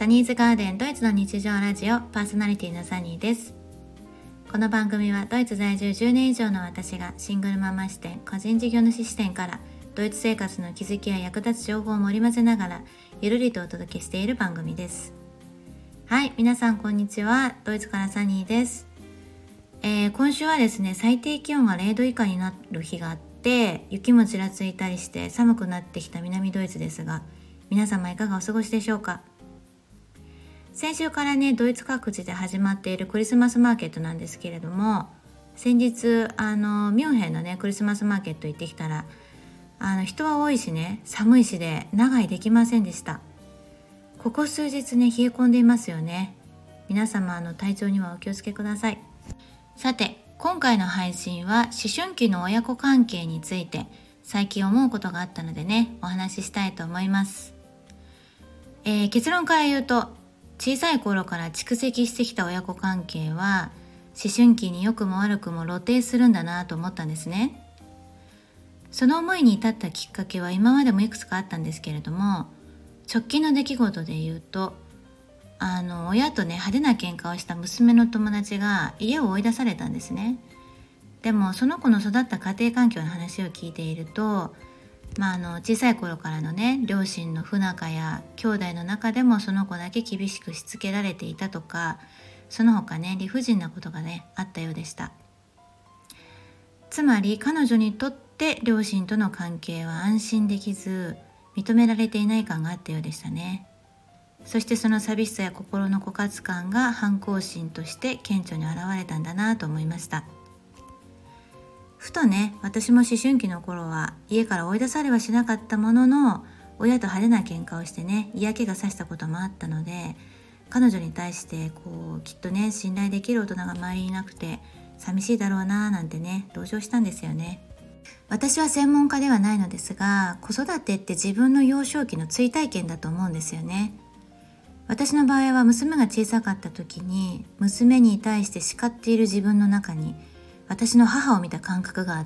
サニーズガーデンドイツの日常ラジオパーソナリティのサニーです。この番組はドイツ在住10年以上の私がシングルママ視点、個人事業主視点からドイツ生活の気づきや役立つ情報を盛り混ぜながらゆるりとお届けしている番組です。はい、皆さんこんにちは。ドイツからサニーです。今週はですね、最低気温が0度以下になる日があって雪もちらついたりして寒くなってきた南ドイツですが、皆様いかがお過ごしでしょうか。先週からね、ドイツ各地で始まっているクリスマスマーケットなんですけれども、先日ミュンヘンのねクリスマスマーケット行ってきたら人は多いしね、寒いしで長居できませんでした。ここ数日ね、冷え込んでいますよね。皆様体調にはお気をつけください。さて、今回の配信は思春期の親子関係について最近思うことがあったのでね、お話ししたいと思います。結論から言うと、小さい頃から蓄積してきた親子関係は思春期に良くも悪くも露呈するんだなと思ったんですね。その思いに至ったきっかけは今までもいくつかあったんですけれども、直近の出来事で言うと、親とね派手な喧嘩をした娘の友達が家を追い出されたんですね。でもその子の育った家庭環境の話を聞いていると、小さい頃からのね両親の不仲や兄弟の中でもその子だけ厳しくしつけられていたとか、その他ね理不尽なことがねあったようでした。つまり彼女にとって両親との関係は安心できず認められていない感があったようでしたね。そしてその寂しさや心の枯渇感が反抗心として顕著に現れたんだなと思いました。ふとね、私も思春期の頃は家から追い出されはしなかったものの、親と派手な喧嘩をしてね嫌気がさしたこともあったので、彼女に対してきっとね信頼できる大人が周りにいなくて寂しいだろうななんてね同情したんですよね。私は専門家ではないのですが、子育てって自分の幼少期の追体験だと思うんですよね。私の場合は娘が小さかった時に娘に対して叱っている自分の中に私の母を見た感覚があって、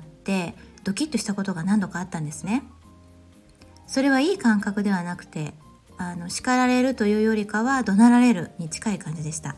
ドキッとしたことが何度かあったんですね。それはいい感覚ではなくて、叱られるというよりかは怒鳴られるに近い感じでした。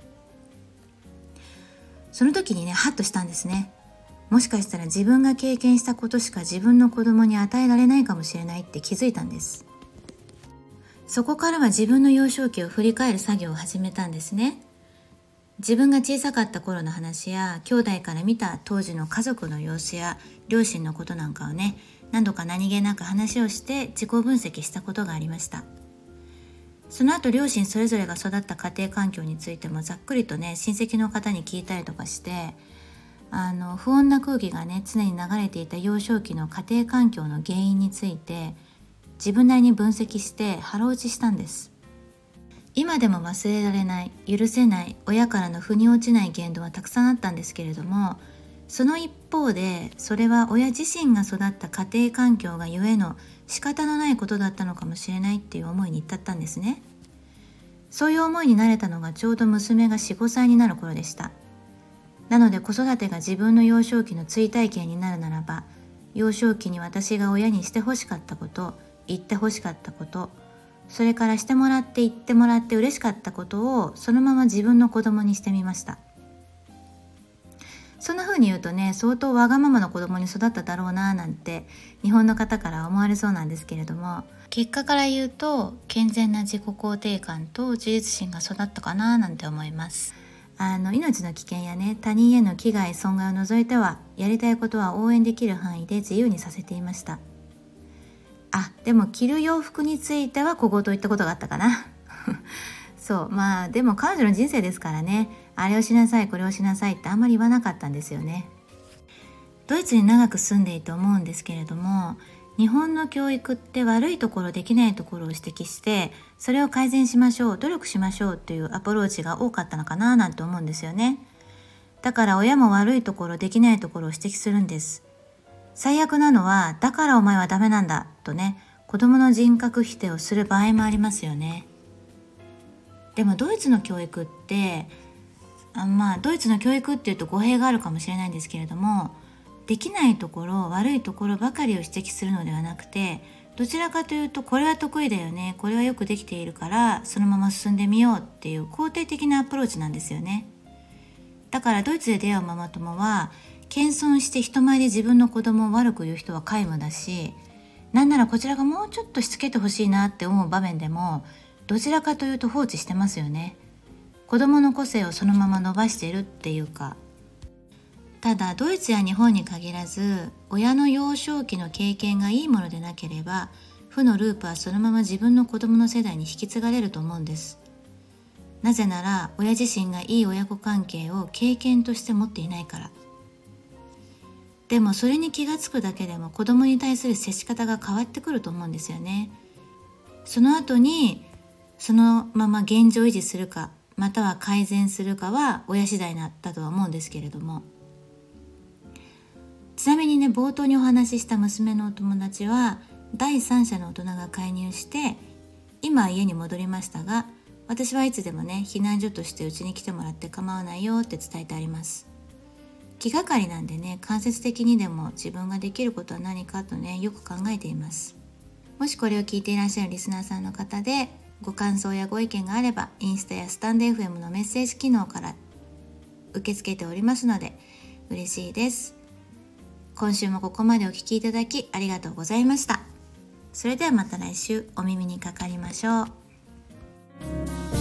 その時にねハッとしたんですね。もしかしたら自分が経験したことしか自分の子供に与えられないかもしれないって気づいたんです。そこからは自分の幼少期を振り返る作業を始めたんですね。自分が小さかった頃の話や兄弟から見た当時の家族の様子や両親のことなんかをね、何度か何気なく話をして自己分析したことがありました。その後両親それぞれが育った家庭環境についてもざっくりとね親戚の方に聞いたりとかして、不穏な空気がね常に流れていた幼少期の家庭環境の原因について自分なりに分析して腹落ちしたんです。今でも忘れられない、許せない、親からの腑に落ちない言動はたくさんあったんですけれども、その一方でそれは親自身が育った家庭環境がゆえの仕方のないことだったのかもしれないっていう思いに至ったんですね。そういう思いになれたのがちょうど娘が 4,5 歳になる頃でした。なので子育てが自分の幼少期の追体験になるならば、幼少期に私が親にしてほしかったこと、言ってほしかったこと、それからしてもらって言ってもらって嬉しかったことをそのまま自分の子供にしてみました。そんな風に言うとね、相当わがままな子供に育っただろうななんて日本の方から思われそうなんですけれども、結果から言うと健全な自己肯定感と自立心が育ったかななんて思います。命の危険やね他人への危害損害を除いてはやりたいことは応援できる範囲で自由にさせていました。でも着る洋服については小言と言ったことがあったかなそう、でも彼女の人生ですからね、あれをしなさいこれをしなさいってあんまり言わなかったんですよね。ドイツに長く住んでいて思うんですけれども、日本の教育って悪いところできないところを指摘してそれを改善しましょう、努力しましょうというアプローチが多かったのかななんて思うんですよね。だから親も悪いところできないところを指摘するんです。最悪なのはだからお前はダメなんだとね、子供の人格否定をする場合もありますよね。でもドイツの教育ってドイツの教育っていうと語弊があるかもしれないんですけれども、できないところ悪いところばかりを指摘するのではなくて、 どちらかというとこれは得意だよね、これはよくできているからそのまま進んでみようっていう肯定的なアプローチなんですよね。だからドイツで出会うママ友は謙遜して人前で自分の子供を悪く言う人は皆無だし、なんならこちらがもうちょっとしつけてほしいなって思う場面でもどちらかというと放置してますよね。子供の個性をそのまま伸ばしているっていうか。ただドイツや日本に限らず親の幼少期の経験がいいものでなければ負のループはそのまま自分の子供の世代に引き継がれると思うんです。なぜなら親自身がいい親子関係を経験として持っていないから。でもそれに気がつくだけでも子供に対する接し方が変わってくると思うんですよね。その後にそのまま現状維持するかまたは改善するかは親次第だとは思うんですけれども、ちなみにね、冒頭にお話しした娘のお友達は第三者の大人が介入して今は家に戻りましたが、私はいつでもね避難所としてうちに来てもらって構わないよって伝えてあります。気がかりなんでね、間接的にでも自分ができることは何かとねよく考えています。もしこれを聞いていらっしゃるリスナーさんの方でご感想やご意見があればインスタやスタンド FM のメッセージ機能から受け付けておりますので嬉しいです。今週もここまでお聞きいただきありがとうございました。それではまた来週お耳にかかりましょう。